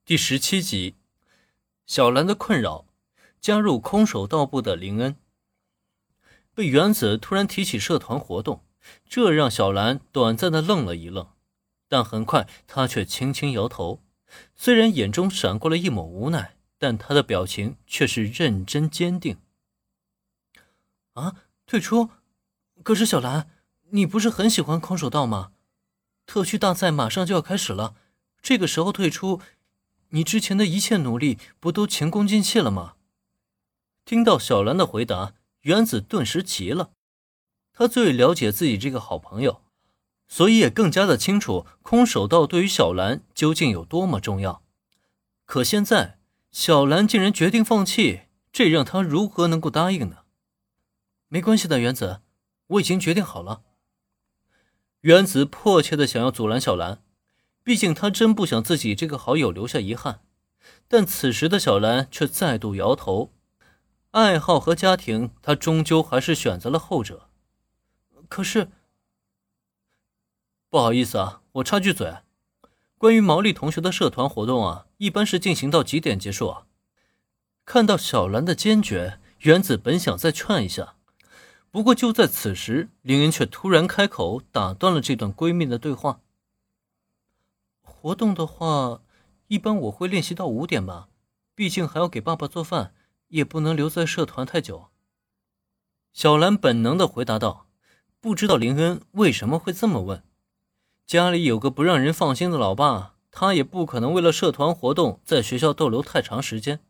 第17集，小兰的困扰，加入空手道部的林恩。被原子突然提起社团活动，这让小兰短暂的愣了一愣，但很快她却轻轻摇头，虽然眼中闪过了一抹无奈，但她的表情却是认真坚定。退出？可是小兰，你不是很喜欢空手道吗？特区大赛马上就要开始了，这个时候退出，你之前的一切努力不都前功尽弃了吗？听到小兰的回答，原子顿时急了。他最了解自己这个好朋友，所以也更加的清楚空手道对于小兰究竟有多么重要。可现在小兰竟然决定放弃，这让他如何能够答应呢？没关系的，原子，我已经决定好了。原子迫切的想要阻拦小兰，毕竟他真不想自己这个好友留下遗憾，但此时的小兰却再度摇头。爱好和家庭，他终究还是选择了后者。可是，不好意思啊，我插句嘴，关于毛利同学的社团活动啊，一般是进行到几点结束啊？看到小兰的坚决，原子本想再劝一下，不过就在此时，林恩却突然开口打断了这段闺蜜的对话。活动的话，一般我会练习到5点吧，毕竟还要给爸爸做饭，也不能留在社团太久。小兰本能地回答道，不知道林恩为什么会这么问。家里有个不让人放心的老爸，他也不可能为了社团活动在学校逗留太长时间。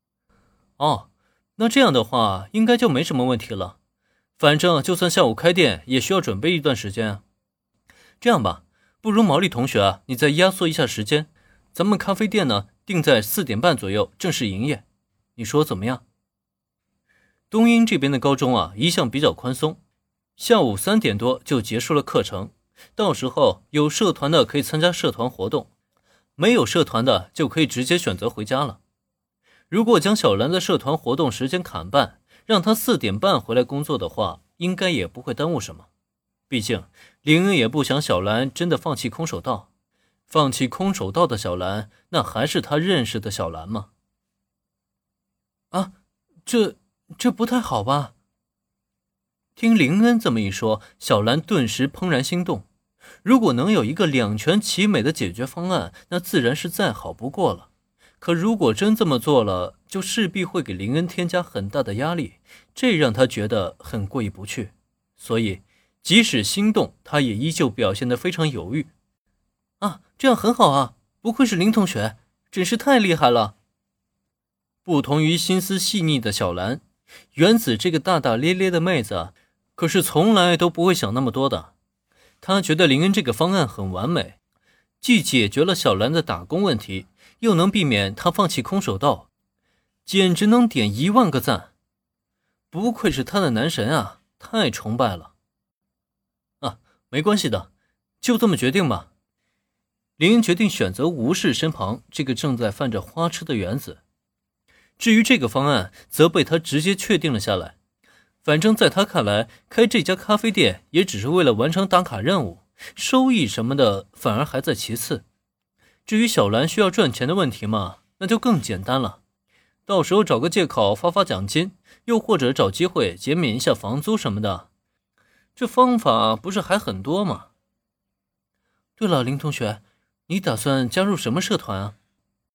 那这样的话应该就没什么问题了，反正就算下午开店也需要准备一段时间啊。这样吧，不如毛利同学啊，你再压缩一下时间，咱们咖啡店呢定在4点半左右正式营业，你说怎么样？东英这边的高中啊，一向比较宽松，下午3点多就结束了课程，到时候有社团的可以参加社团活动，没有社团的就可以直接选择回家了。如果将小兰的社团活动时间砍半，让她4点半回来工作的话，应该也不会耽误什么。毕竟林恩也不想小兰真的放弃空手道，放弃空手道的小兰，那还是他认识的小兰吗？这不太好吧？听林恩这么一说，小兰顿时怦然心动。如果能有一个两全其美的解决方案，那自然是再好不过了。可如果真这么做了，就势必会给林恩添加很大的压力，这让他觉得很过意不去。所以即使心动，他也依旧表现得非常犹豫。这样很好啊，不愧是林同学，真是太厉害了。不同于心思细腻的小兰，原子这个大大咧咧的妹子可是从来都不会想那么多的。她觉得林恩这个方案很完美，既解决了小兰的打工问题，又能避免她放弃空手道，简直能点10000个赞。不愧是她的男神啊，太崇拜了。没关系的，就这么决定吧。林恩决定选择无视身旁这个正在犯着花痴的原子。至于这个方案，则被他直接确定了下来。反正在他看来，开这家咖啡店也只是为了完成打卡任务，收益什么的反而还在其次。至于小兰需要赚钱的问题嘛，那就更简单了。到时候找个借口发奖金，又或者找机会减免一下房租什么的，这方法不是还很多吗？对了，林同学，你打算加入什么社团啊？